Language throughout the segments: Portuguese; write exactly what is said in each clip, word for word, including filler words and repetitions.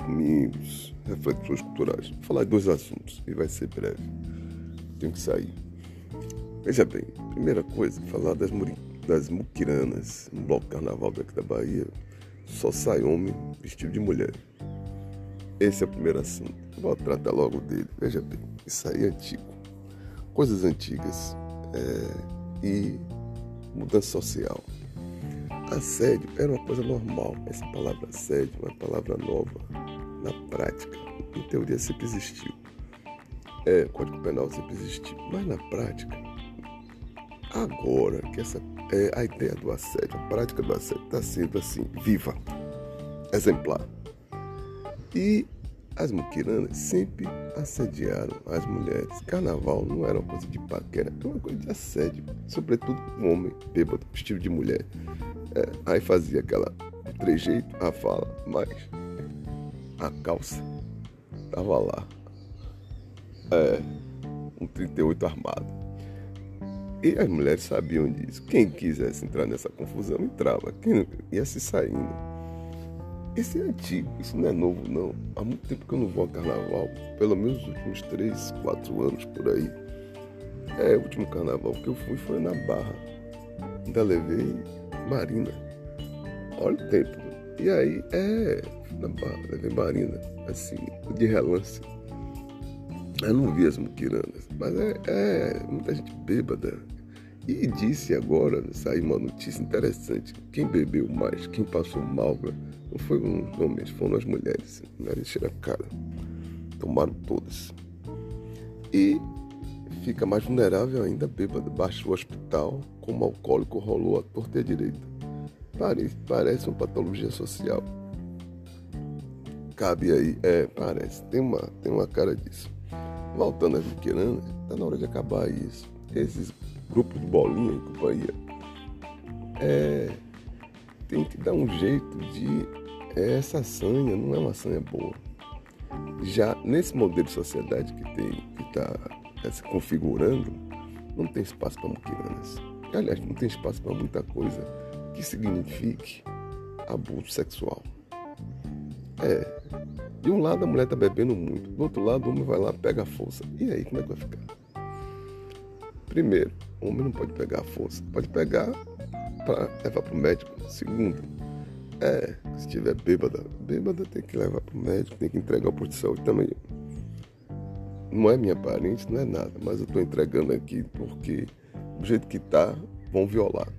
domingos, reflexões culturais. Vou falar de dois assuntos e vai ser breve. Tenho que sair. Veja bem, primeira coisa, falar das, muri, das muquiranas. No bloco carnaval daqui da Bahia, só sai homem vestido de mulher. Esse é o primeiro assunto. Vou tratar logo dele. Veja bem, isso aí é antigo. Coisas antigas é, e mudança social. Assédio era uma coisa normal. Essa palavra assédio é uma palavra nova. Na prática, em teoria sempre existiu. É, o Código Penal sempre existiu. Mas na prática, agora que essa é a ideia do assédio, a prática do assédio está sendo assim, viva, exemplar. E as muquiranas sempre assediaram as mulheres. Carnaval não era uma coisa de paquera, era uma coisa de assédio. Sobretudo um homem bêbado, vestido de mulher. É, aí fazia aquela trejeito, a fala, mas a calça estava lá. É, um trinta e oito armado. E as mulheres sabiam disso. Quem quisesse entrar nessa confusão, entrava. Quem não, ia se saindo. Isso é antigo, isso não é novo, não. Há muito tempo que eu não vou a carnaval. Pelo menos os últimos três, quatro anos por aí. É, o último carnaval que eu fui foi na Barra. Ainda levei Marina. Olha o tempo. E aí, é, na Barra, levei Marina, assim, de relance. Eu não vi as muquiranas, mas é, é muita gente bêbada. E disse agora, saiu uma notícia interessante, quem bebeu mais, quem passou mal, não foi os homens, foram as mulheres. As mulheres encheram a cara, tomaram todas. E fica mais vulnerável ainda bêbada, baixou o hospital, como alcoólico rolou a torta e a direita. Parece, parece uma patologia social. Cabe aí, é, parece, tem uma, tem uma cara disso. Voltando às muquiranas, está na hora de acabar isso. Esses grupos de bolinha e companhia é, tem que dar um jeito de... É, essa sanha não é uma sanha boa. Já nesse modelo de sociedade que tem que está tá se configurando, não tem espaço para muquiranas. Aliás, não tem espaço para muita coisa que signifique abuso sexual. É... De um lado a mulher está bebendo muito, do outro lado o homem vai lá e pega a força. E aí, como é que vai ficar? Primeiro, o homem não pode pegar a força, pode pegar para levar para o médico. Segundo, é, se estiver bêbada, bêbada tem que levar para o médico, tem que entregar o posto de saúde também. Não é minha parente, não é nada, mas eu estou entregando aqui porque do jeito que está, vão violar.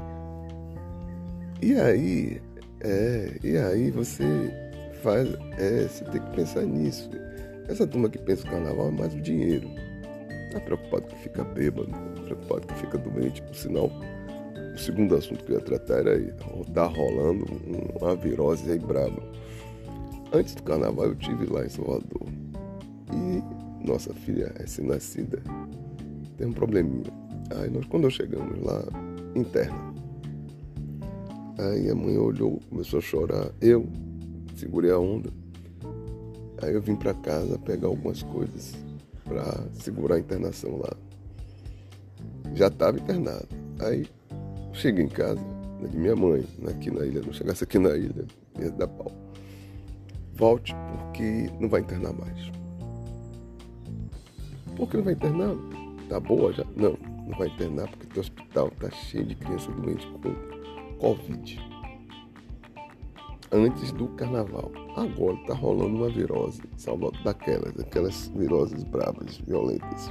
E aí, é, e aí você... Faz, é, você tem que pensar nisso. Essa turma que pensa no carnaval é mais o dinheiro. Tá preocupado que fica bêbado, tá preocupado que fica doente. Por sinal, o segundo assunto que eu ia tratar era aí, tá rolando uma virose aí braba. Antes do carnaval eu estive lá em Salvador. E nossa filha recém-nascida tem um probleminha. Aí nós, quando nós chegamos lá, interna. Aí a mãe olhou, começou a chorar. Eu segurei a onda. Aí eu vim para casa pegar algumas coisas para segurar a internação lá. Já estava internado. Aí cheguei em casa, né, de minha mãe, aqui na ilha. Não chegasse aqui na ilha, ia dar pau. Volte porque não vai internar mais. Por que não vai internar? Tá boa já? Não, não vai internar porque o hospital tá cheio de criança doente com Covid. Antes do carnaval. Agora está rolando uma virose, Salvador, daquelas, aquelas viroses bravas, violentas.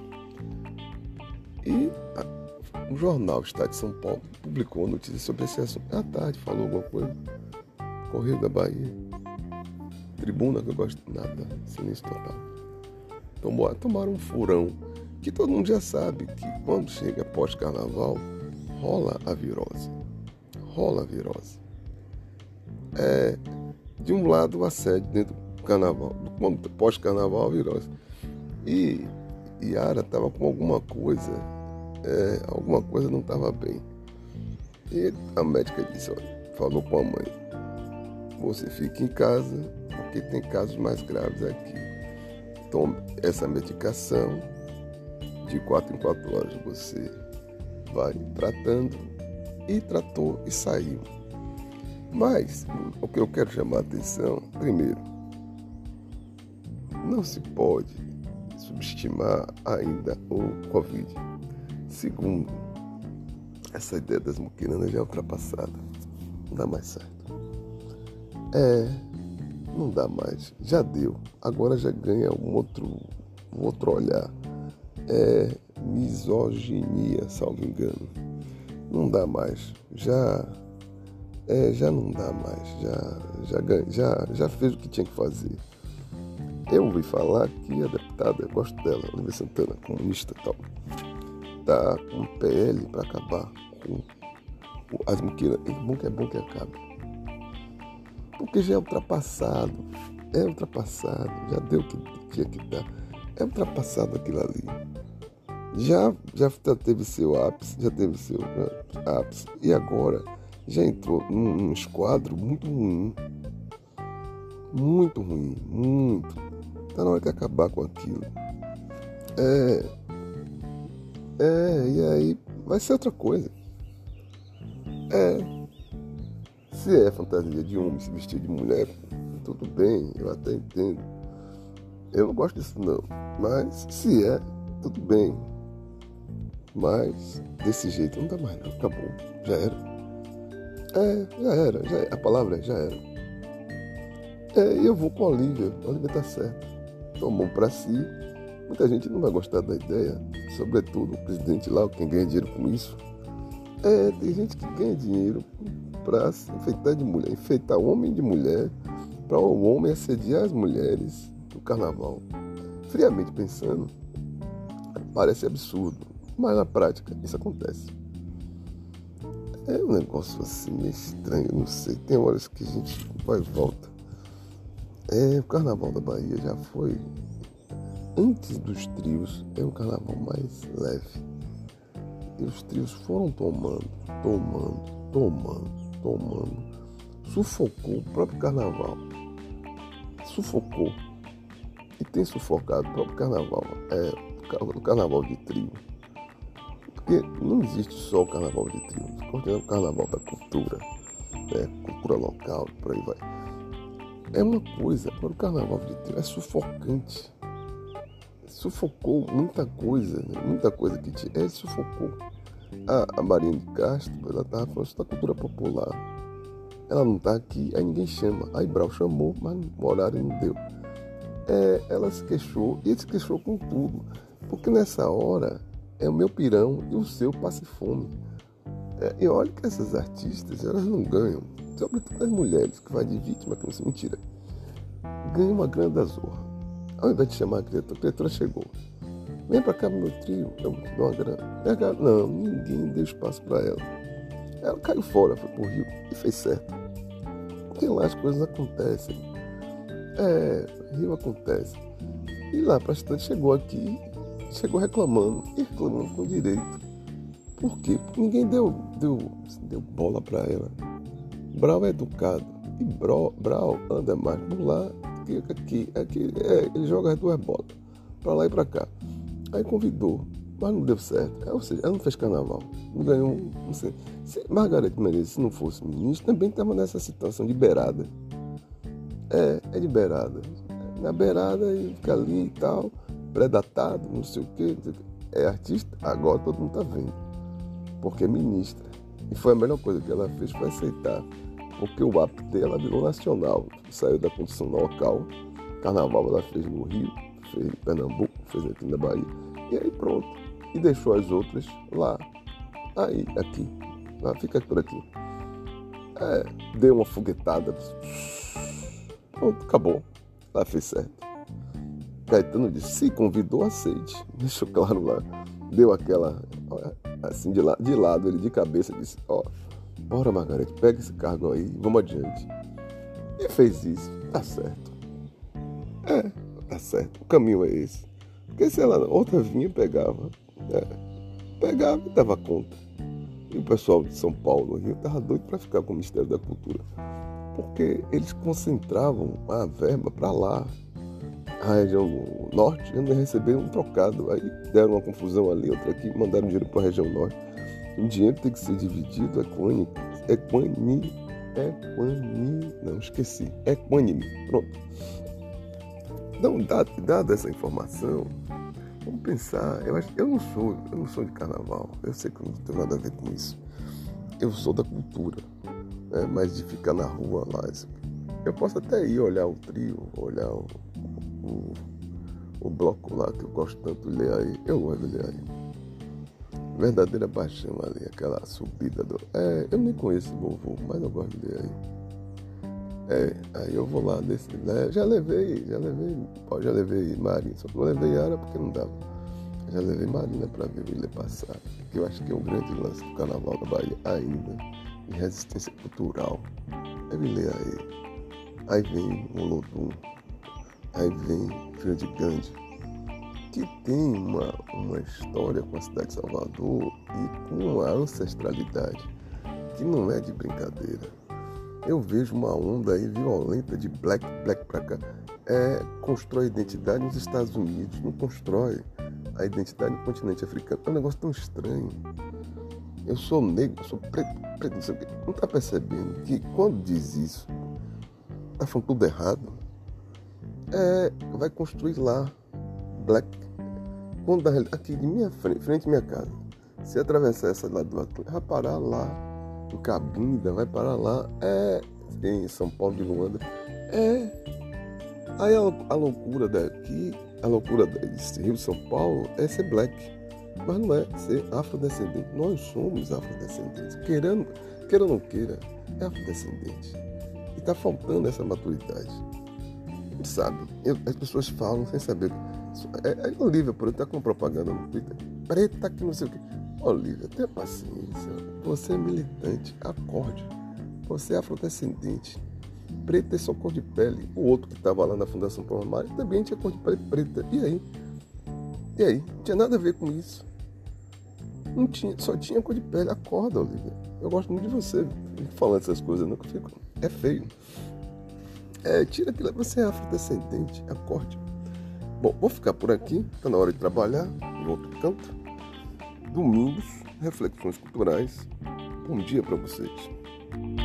E a, o jornal Estado de São Paulo publicou uma notícia sobre esse assunto. À tarde falou alguma coisa. Correio da Bahia. Tribuna, que eu gosto de nada, silêncio total. Tomou, tomaram um furão, que todo mundo já sabe que quando chega pós-carnaval, rola a virose. Rola a virose. É, de um lado o assédio dentro do carnaval, pós-carnaval a virose. E Yara estava com alguma coisa, é, alguma coisa não estava bem. E a médica disse, olha, falou com a mãe, você fica em casa, porque tem casos mais graves aqui. Tome essa medicação, de quatro em quatro horas você vai tratando, e tratou e saiu. Mas o que eu quero chamar a atenção, primeiro, não se pode subestimar ainda o Covid. Segundo, essa ideia das muquiranas já é ultrapassada. Não dá mais certo. É, não dá mais. Já deu. Agora já ganha um outro, um outro olhar. É misoginia, salvo engano. Não dá mais. Já, é, já não dá mais. Já, já, ganha, já, já fez o que tinha que fazer. Eu ouvi falar que a deputada, eu gosto dela, Olivia Santana, comunista e tal, tá com um P L para acabar com as muquiranas. É bom que é bom que acabe. Porque já é ultrapassado. É ultrapassado. Já deu o que tinha que dar. É ultrapassado aquilo ali. Já, já teve seu ápice, já teve seu ápice. E agora já entrou num, num esquadro muito ruim. Muito ruim. Muito. Tá na hora de acabar com aquilo. É. É, e aí vai ser outra coisa. É. Se é fantasia de homem se vestir de mulher, tudo bem, eu até entendo. Eu não gosto disso não. Mas se é, tudo bem. Mas desse jeito não dá mais não. Acabou. Já era. É, já era. Já era. A palavra é já era. É, e eu vou com a Olivia. A Olivia tá certa. Tomou pra si. Muita gente não vai gostar da ideia. Sobretudo o presidente lá, quem ganha dinheiro com isso. É, tem gente que ganha dinheiro para se enfeitar de mulher, enfeitar homem de mulher, para o homem assediar as mulheres do carnaval. Friamente pensando, parece absurdo, mas na prática isso acontece. É um negócio assim meio estranho, não sei, tem horas que a gente vai e volta. É, o carnaval da Bahia já foi, antes dos trios, é um carnaval mais leve. E os trios foram tomando, tomando, tomando, tomando. Sufocou o próprio carnaval. Sufocou. E tem sufocado o próprio carnaval. É, o carnaval de trio. Porque não existe só o carnaval de trio. Tem o carnaval da cultura, né? Cultura local, por aí vai. É uma coisa, agora o carnaval de trio é sufocante. Sufocou muita coisa, né? Muita coisa que tinha. Ele sufocou. A, a Marinha de Castro, ela estava falando isso da cultura popular. Ela não está aqui, aí ninguém chama. Aí Brau chamou, mas o horário não deu. É, ela se queixou, e ele se queixou com tudo. Porque nessa hora é o meu pirão e o seu passe fome. É, e olha que essas artistas, elas não ganham, sobretudo as mulheres, que vai de vítima, que não se mentira, ganham uma grana da zorra. Ao invés de chamar a criatura, a criatura chegou. Vem pra cá no meu trio, eu te dou uma grana. Não, ninguém deu espaço pra ela. Ela caiu fora, foi pro Rio e fez certo. Porque lá as coisas acontecem. É, Rio acontece. E lá pra estante chegou aqui, chegou reclamando, e reclamando com direito. Por quê? Porque ninguém deu, deu, deu bola pra ela. Brau é educado. E Brau, Brau anda mais por lá que aqui. aqui é, ele joga as duas bolas, pra lá e pra cá. Aí convidou, mas não deu certo. Ou seja, ela não fez carnaval. Não ganhou, não sei. Se Margareth Menezes, se não fosse ministro, também estava nessa situação de beirada. É, é de beirada. Na beirada e fica ali e tal, predatado, não sei o quê. É artista, agora todo mundo está vendo. Porque é ministra. E foi a melhor coisa que ela fez, foi aceitar. Porque o ato dela virou nacional. Saiu da condição local. Carnaval ela fez no Rio, fez em Pernambuco, fez aqui na Bahia. E aí pronto. E deixou as outras lá. Aí, aqui. Ah, fica por aqui. É, deu uma foguetada. Pronto, acabou. Ela fez certo. Caetano disse, se convidou, aceite. Deixou claro lá. Deu aquela, assim, de, la, de lado, ele de cabeça disse, ó, bora Margareth, pega esse cargo aí, vamos adiante. E fez isso. Tá certo. É, tá certo. O caminho é esse. Porque se ela outra vinha, pegava. É, pegava e dava conta. E o pessoal de São Paulo, Rio, estava doido para ficar com o Ministério da Cultura. Porque eles concentravam a verba para lá. A região norte ainda recebeu um trocado. Aí deram uma confusão ali, outra aqui, mandaram dinheiro para a região norte. O dinheiro tem que ser dividido equânime. Equânime. Equânime. Não, esqueci. Equânime. Pronto. Não, dada, dada essa informação, vamos pensar. Eu, acho, eu, não sou, eu não sou de carnaval. Eu sei que eu não tenho nada a ver com isso. Eu sou da cultura, né? Mas de ficar na rua lá. Eu posso até ir olhar o trio, olhar o, o, o bloco lá, que eu gosto tanto de ler aí. Eu gosto de ler aí. Verdadeira paixão ali, aquela subida do... É, eu nem conheço o vovô, mas eu gosto de ler aí. É, aí eu vou lá desse, né? Já levei, já levei, ó, já levei Marina, só que não levei Ara porque não dava. Já levei Marina para ver o Ilha passar, que eu acho que é um grande lance do Carnaval da Bahia ainda, em resistência cultural. Deve ler aí. Aí vem o Olodum, aí vem Filho de Gandhi, que tem uma, uma história com a cidade de Salvador e com uma ancestralidade que não é de brincadeira. Eu vejo uma onda aí violenta de black, black pra cá. É, constrói identidade nos Estados Unidos, não constrói a identidade no continente africano. É um negócio tão estranho. Eu sou negro, eu sou preto, preto, não sei o quê. Não tá percebendo que quando diz isso, tá falando tudo errado? É, vai construir lá, black. Quando aqui de minha frente, frente à minha casa, se atravessar essa lá do Atlântico, vai parar lá. Em Cabinda, vai parar lá, é, em São Paulo de Luanda, é, aí a, a loucura daqui, a loucura desse Rio de São Paulo é ser black, mas não é ser afrodescendente. Nós somos afrodescendentes, querendo, queira ou não queira, é afrodescendente, e tá faltando essa maturidade, sabe? Eu, as pessoas falam sem saber, é, é Olivia, por exemplo, tá com propaganda no Twitter, preta que não sei o que. Olivia, tenha paciência. Você é militante, acorde. Você é afrodescendente. Preto é só cor de pele. O outro que estava lá na Fundação Palma Mari também tinha cor de pele preta. E aí? E aí? Não tinha nada a ver com isso. Não tinha, só tinha cor de pele. Acorda, Olivia. Eu gosto muito de você. Fico falando essas coisas, não, que eu fico. É feio. É, tira aquilo. Você é afrodescendente. Acorde. Bom, vou ficar por aqui. Está na hora de trabalhar em outro canto. Domingos, reflexões culturais. Bom dia para vocês.